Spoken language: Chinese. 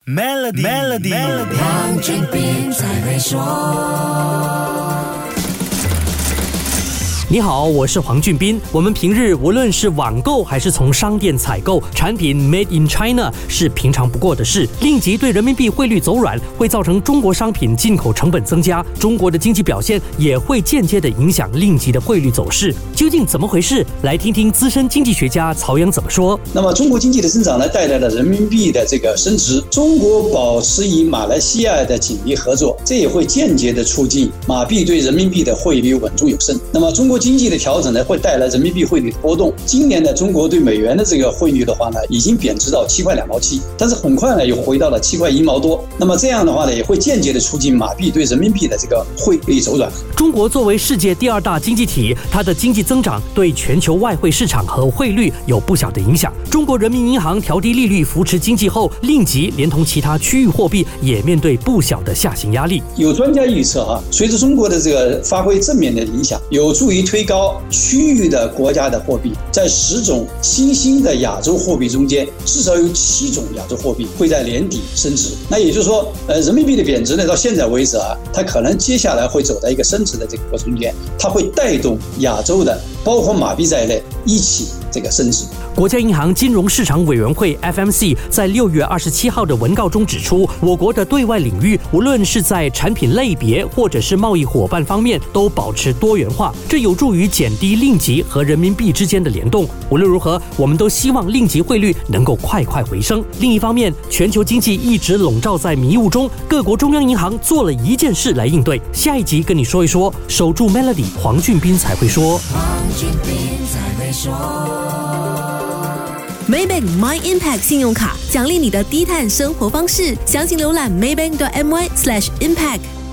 Melody， 黄俊斌才会说。 你好，我是黄俊斌。我们平日无论是网购还是从商店采购，产品 Made in China 是平常不过的事。令吉对人民币汇率走软，会造成中国商品进口成本增加，中国的经济表现也会间接的影响令吉的汇率走势。究竟怎么回事？来听听资深经济学家曹阳怎么说。 那么中国经济的增长呢，带来了人民币的这个升值。中国保持与马来西亚的紧密合作，这也会间接的促进马币对人民币的汇率稳中有升。那么中国经济的调整呢，会带来人民币汇率的波动。今年呢，中国对美元的这个汇率的话呢，已经贬值到7块2毛7，但是很快呢又回到了7块1毛多。那么这样的话呢，也会间接的促进马币对人民币的这个汇率走软。 中国作为世界第2大经济体，它的经济增长对全球外汇市场和汇率有不小的影响。中国人民银行调低利率扶持经济后，令吉连同其他区域货币也面对不小的下行压力。 有专家预测随着中国的这个发挥正面的影响，有助于推高区域的国家的货币，在10种新兴的亚洲货币中间，至少有7种亚洲货币会在年底升值。那也就是说，人民币的贬值呢，到现在为止它可能接下来会走在一个升值的这个过程中间，它会带动亚洲的，包括马币在内一起这个升值。 国家银行金融市场委员会 FMC 在6月27号的文告中指出，我国的对外领域无论是在产品类别或者是贸易伙伴方面都保持多元化，这有助于减低令吉和人民币之间的联动。无论如何，我们都希望令吉汇率能够快回升。另一方面，全球经济一直笼罩在迷雾中，各国中央银行做了一件事来应对。下一集跟你说一说，守住 Melody， 黄俊斌才会说。 黄俊斌才会说。 Maybank My Impact 信用卡奖励你的低碳生活方式，详情浏览 maybank.my/impact。